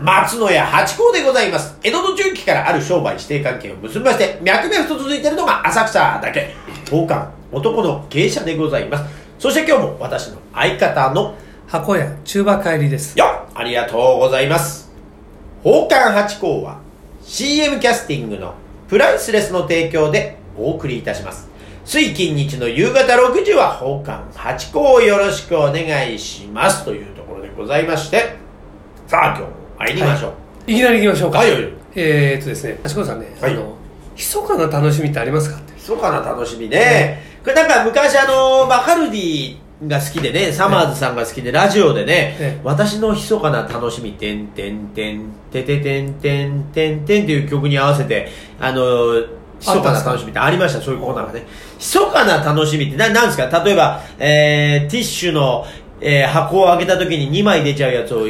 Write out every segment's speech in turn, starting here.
松野屋八甲でございます。江戸の中期からある商売指定関係を結びまして、脈々と続いているのが浅草だけ。当館、男の芸者でございます。そして今日も私の相方の箱屋中馬帰りです。 ありがとうございます。宝冠八甲は CM キャスティングのプライスレスの提供でお送りいたします。水金日の夕方6時は宝冠八甲をよろしくお願いしますというところでございまして、さあ今日も参りましょう。 はい、いきなり行きましょうか。 はい。 ですね、八甲さんね、 はい、 密かな楽しみってありますかって。 密かな楽しみね。これなんか昔バカルディが好きでね、サマーズさんが好きで、ラジオでね、私の密かな楽しみ、てんてんてん、てててんてんてんてんっていう曲に合わせて、密かな楽しみってありました、そういうコーナーがね。密かな楽しみって何ですか？例えば、ティッシュの、箱を開けた時に2枚出ちゃうやつを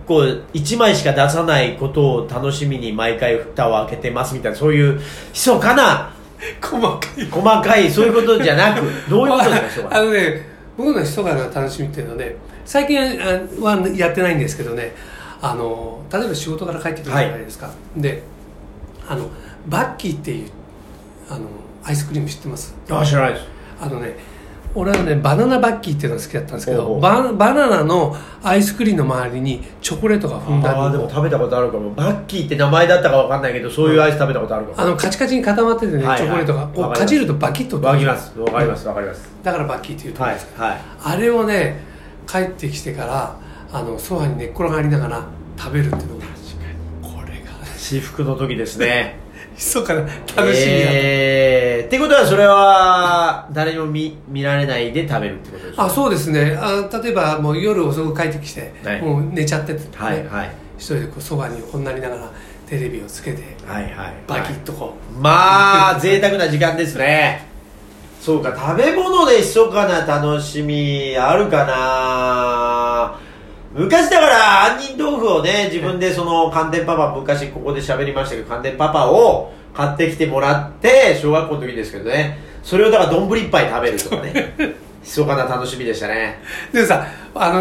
1枚しか出さないことを楽しみに毎回蓋を開けてますみたいな、そういう密かな、細かい、そういうことじゃなく、どういうことですか？ 僕の密かな楽しみっていうのはね、最近はやってないんですけどね、例えば仕事から帰ってくるじゃないですか。はい、で、バッキーっていうアイスクリーム知ってます？ 知らないです。 俺はね、バナナバッキーっていうのが好きだったんですけど、バナナのアイスクリームの周りにチョコレートがふんだんに。 でも食べたことあるかも。バッキーって名前だったか分かんないけど、そういうアイス食べたことあるかも。 カチカチに固まっててね、チョコレートがこうかじるとバキッと。 わかります。わかります。 だからバッキーっていうと思うんですけど、 はい。 あれをね、帰ってきてからソファに寝っ転がりながら食べるっていうのが、これが至福の時ですね。 密かな楽しみだと。 ってことはそれは誰にも見られないで食べるってことですか？ そうですね。例えばもう夜遅く帰ってきて、 はい、もう寝ちゃってて、ね、一人でソファに横になりながらテレビをつけて、バキッとこう、 まあ贅沢な時間ですね。そうか、食べ物で密かな楽しみあるかな。昔だから杏仁豆腐をね、自分で寒天パパ、昔ここで喋りましたけど、寒天パパを買ってきてもらって、小学校の時ですけどね、それをだから丼一杯食べるとかね、密かな楽しみでしたね。 でもさ、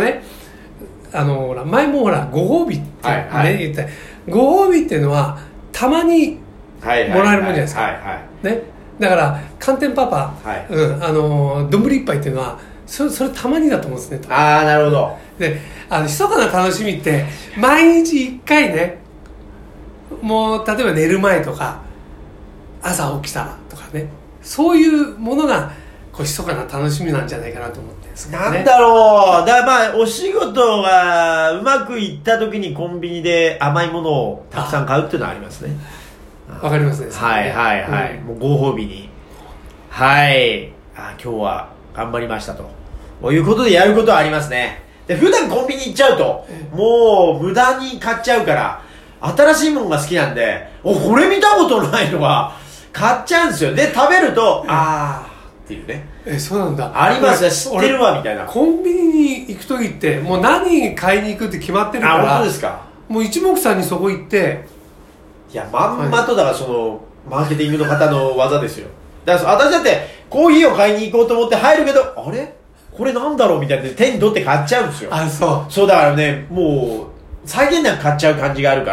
前もご褒美ってね、言った。ご褒美っていうのはたまにもらえるもんじゃないですか。ね、だから寒天パパ、丼一杯っていうのはそれたまにだと思うんですね。 なるほど。 で、密かな楽しみって毎日1回ね、もう例えば寝る前とか朝起きたらとかね、そういうものが密かな楽しみなんじゃないかなと思ってるんですけどね。 なんだろう。だからお仕事がうまくいった時にコンビニで甘いものをたくさん買うっていうのはありますね。 わかりますね。 もうご褒美に。今日は頑張りましたということでやることはありますね。で、普段コンビニ行っちゃうと、もう無駄に買っちゃうから、新しいものが好きなんで、これ見たことないのは買っちゃうんですよ。で、食べると、っていうね。 そうなんだ。 ありますよ、知ってるわみたいな。 コンビニに行くときってもう何買いに行くって決まってるから。 本当ですか？ もう一目散にそこ行って、 いや、まんまとだからマーケティングの方の技ですよ。だから私だってコーヒーを買いに行こうと思って入るけど、あれこれなんだろうみたいな手に取って買っちゃうんですよ。そうだからね、もう際限なく買っちゃう感じがあるから、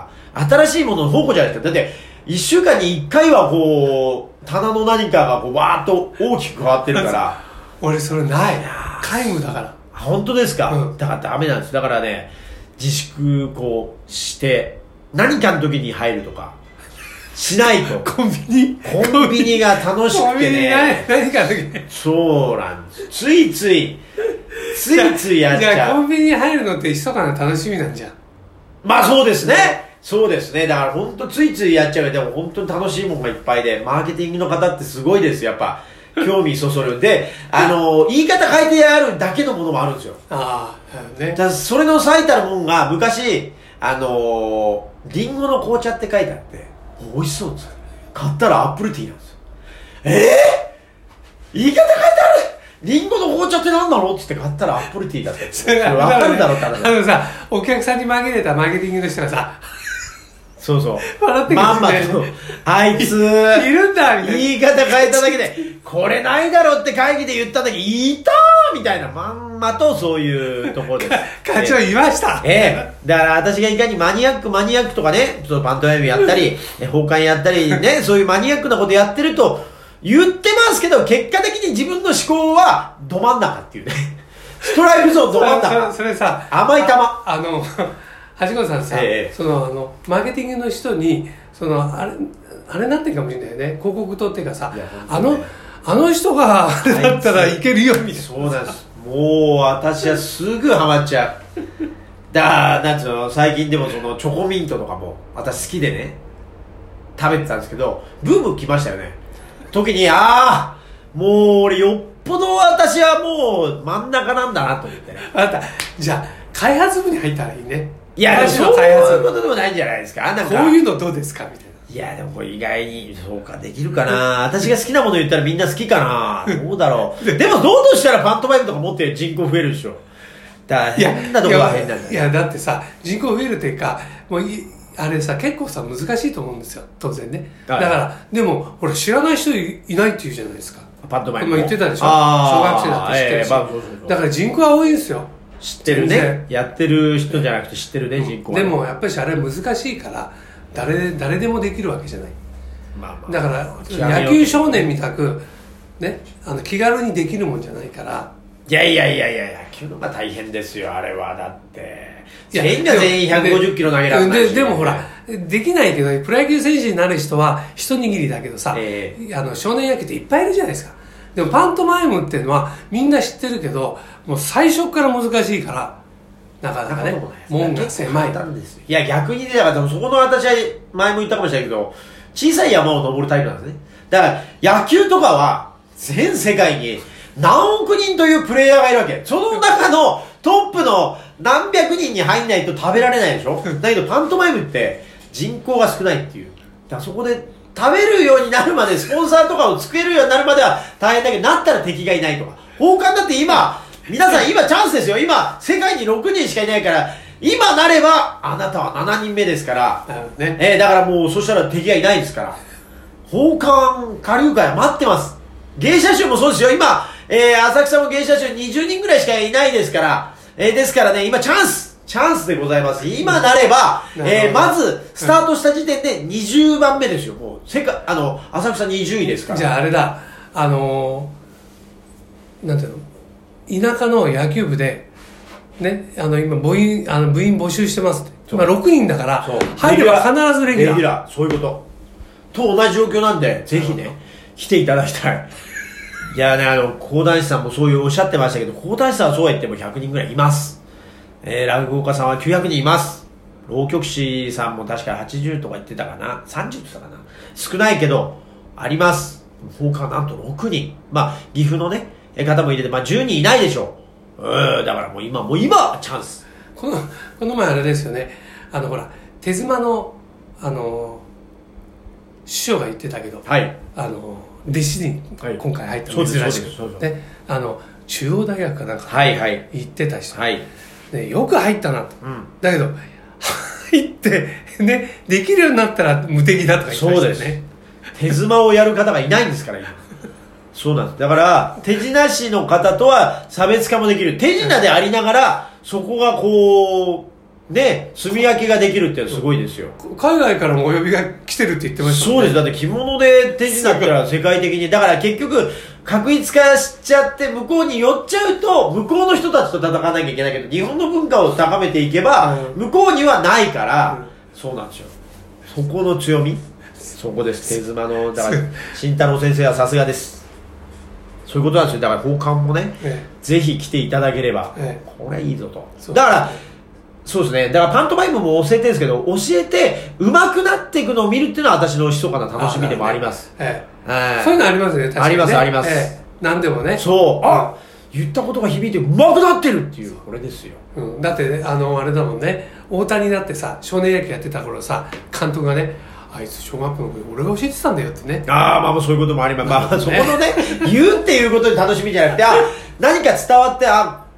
新しいものの宝庫じゃないですか。だって1週間に1回は棚の何かがわーっと大きく変わってるから俺それない。皆無だから。 本当ですか？だからダメなんです。だからね、自粛して何かの時に入るとかしないと。 コンビニが楽しくてね。何かの時に。 そうなんです。ついついやっちゃう。 じゃあコンビニに入るのって密かな楽しみなんじゃん。 まあそうですね。そうですね。だから本当ついついやっちゃう。でも本当に楽しいものがいっぱいで、マーケティングの方ってすごいです。やっぱ興味そそる。で、言い方変えてやるだけのものもあるんですよ。だそれの最たるもんが昔リンゴの紅茶って書いてあって美味しそうです。買ったらアップルティーなんですよ。言い方変えてある。リンゴの紅茶って何だろうっつって買ったらアップルティーだった。それ分かるだろうって話。 さ、お客さんに紛れたマーケティングの人がさそうそう。 笑ってまんまと、あいつ、いるんだみたいな。 言い方変えただけで、これないだろって会議で言った時、いたーみたいな、まんまとそういうところです。 課長言いました。 だから私がいかにマニアックとかね、ちょっとパントマイムやったり、崩壊やったりね、そういうマニアックなことやってると言ってますけど、結果的に自分の思考はど真ん中っていうね。ストライクゾーンど真ん中。 それさ、 甘い球。 橋本さんさ、マーケティングの人に、あれなってるかもしれないよね。広告塔っていうかさ、あの人があれだったらいけるよみたいな。 そうなんです。もう私はすぐハマっちゃう。なんつうの、最近でもそのチョコミントとかも私好きでね、食べてたんですけど、ブーム来ましたよね。時に、もう俺よっぽど私はもう真ん中なんだなと思ってね。 あなた、じゃあ、開発部に入ったらいいね。 いや、そういうことでもないんじゃないですか。なんかこういうのどうですかみたいな。 いや、でもこれ意外に、そうか、できるかな。私が好きなもの言ったらみんな好きかな。どうだろう。でも、どうとしたらパントマイムとか持って人口増えるでしょ。変なとこが変なんだよ。 いや、だってさ、人口増えるっていうか、もうあれさ、結構さ、難しいと思うんですよ。当然ね。だから、でも、ほら、知らない人いないって言うじゃないですか。 パントマイム。 言ってたでしょ。小学生だって知ってるし。だから人口は多いんですよ。 知ってるね。やってる人じゃなくて知ってるね、人口は。 でも、やっぱりあれ難しいから、誰でもできるわけじゃない。だから野球少年みたくね、気軽にできるもんじゃないから。 いや野球のが大変ですよ、あれは。だって全員が全員150キロ投げられないし。 でもほらできないけど、プロ野球選手になる人は一握りだけどさ、少年野球っていっぱいいるじゃないですか。でもパントマイムっていうのはみんな知ってるけど、もう最初から難しいから、なかなかね、門が狭い。 いや、逆にね、だからそこの私は前も言ったかもしれないけど、小さい山を登るタイプなんですね。だから野球とかは全世界に何億人というプレイヤーがいるわけ。その中のトップの何百人に入んないと食べられないでしょ。だけどパントマイムって人口が少ないっていう。だからそこで食べるようになるまで、スポンサーとかを作れるようになるまでは大変だけど、なったら敵がいないとか。交換だって皆さん今チャンスですよ。今、世界に6人しかいないから、今なれば、あなたは7人目ですから。だからもう、そしたら敵がいないですから。交換、下流会は待ってます。芸者集もそうですよ。今、浅草も芸者集20人ぐらいしかいないですから。ですからね、今チャンスでございます。今なれば、まず、スタートした時点で20番目ですよ。もう、浅草20位ですから。 じゃああれだ、なんていうの、田舎の野球部で、ね、今部員募集してますって。今6人だから、入れば必ずレギュラー。 そういうこと。と同じ状況なんで、ぜひね、来ていただきたい。いやね、講談師さんもそういうおっしゃってましたけど、講談師さんはそうは言っても100人ぐらいいます。落語家さんは900人います。浪曲師さんも確か80とか言ってたかな。30って言ってたかな。少ないけど、あります。他なんと6人。岐阜のね、方も入れて、10人いないでしょう。だからもう今チャンス。 この前あれですよね。ほら、手妻の、師匠が言ってたけど、 はい。 弟子に今回入った珍しく。で、中央大学かなんか行ってた人。で、よく入ったなと。だけど、入って、ね、できるようになったら無敵だとか言ってましたよね。そうです。 手妻をやる方がいないんですから、今。そうなんです。だから、手品師の方とは差別化もできる。手品でありながら、そこがこう、ね、炭焼きができるってすごいですよ。 海外からもお呼びが来てるって言ってましたもんね。そうです。だって着物で手品ったら世界的に。だから結局、確一化しちゃって向こうに寄っちゃうと、向こうの人たちと戦わなきゃいけないけど、日本の文化を高めていけば、向こうにはないから、そうなんですよ。そこの強み。そこです。手妻の、だから、慎太郎先生はさすがです。そういうことなんですよ。だから交換もね、ぜひ来ていただければ、これいいぞと。だから、そうですね。だからパントマイムも教えてるんですけど、教えて上手くなっていくのを見るっていうのは私の密かな楽しみでもあります。 そういうのありますね、確かに、ね。 あります。 何でもね。 そう。言ったことが響いて上手くなってるっていう、これですよ。 だってね、あれだもんね、大谷だってさ、少年野球やってた頃さ、監督がね、あいつ小学校の頃俺が教えてたんだよってね。 そういうこともあります。そこのね、言うっていうことに楽しみじゃなくて、何か伝わって、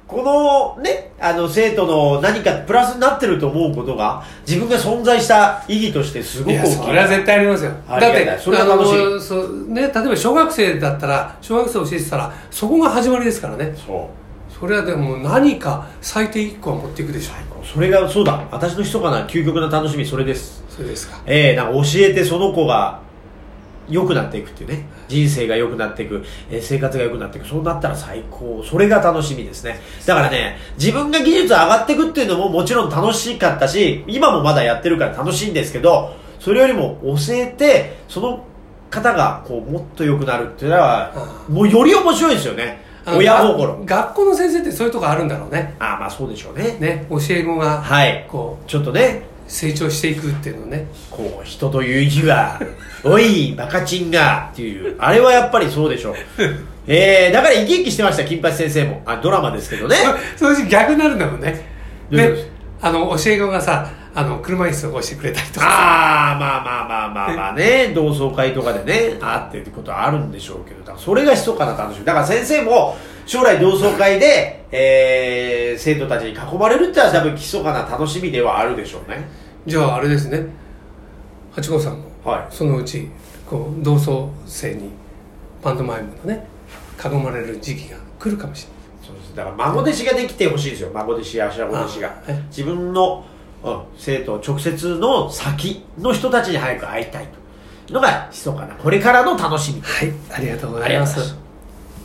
このね、生徒の何かプラスになってると思うことが、自分が存在した意義としてすごく大きい。 それは絶対ありますよ。だって、 それは楽しい。 ね、例えば小学生だったら、小学生を教えてたら、そこが始まりですからね。それはでも何か最低1個は持っていくでしょう。 それが、そうだ。私の密かな究極な楽しみ、それです。 そうですか。 なんか教えてその子が良くなっていくっていうね。人生が良くなっていく、生活が良くなっていく。そうなったら最高。それが楽しみですね。だからね、自分が技術上がっていくっていうのももちろん楽しかったし、今もまだやってるから楽しいんですけど、それよりも教えて、その方がこうもっと良くなるっていうのは、もうより面白いですよね。親心。 学校の先生ってそういうとこあるんだろうね。 まあそうでしょうね。 ね、教え子が、 こう、ちょっとね、 成長していくっていうのね。 こう、人という字は、おい、バカチンが、っていう、あれはやっぱりそうでしょう。だから生き生きしてました、金八先生も。ドラマですけどね。 そういう逆になるんだもんね。で、教え子がさ、車椅子を押してくれたりとか。 まあね、同窓会とかでね、っていうことはあるんでしょうけど、だからそれが密かな楽しみ。だから先生も、将来同窓会で、生徒たちに囲まれるってのは多分密かな楽しみではあるでしょうね。 じゃああれですね、八五さんも、そのうちこう同窓生にパントマイムのね囲まれる時期が来るかもしれない。 そうです。だから孫弟子ができてほしいですよ。孫弟子や孫弟子が自分の、生徒直接の先の人たちに早く会いたいというのが密かなこれからの楽しみ。 はい、ありがとうございます。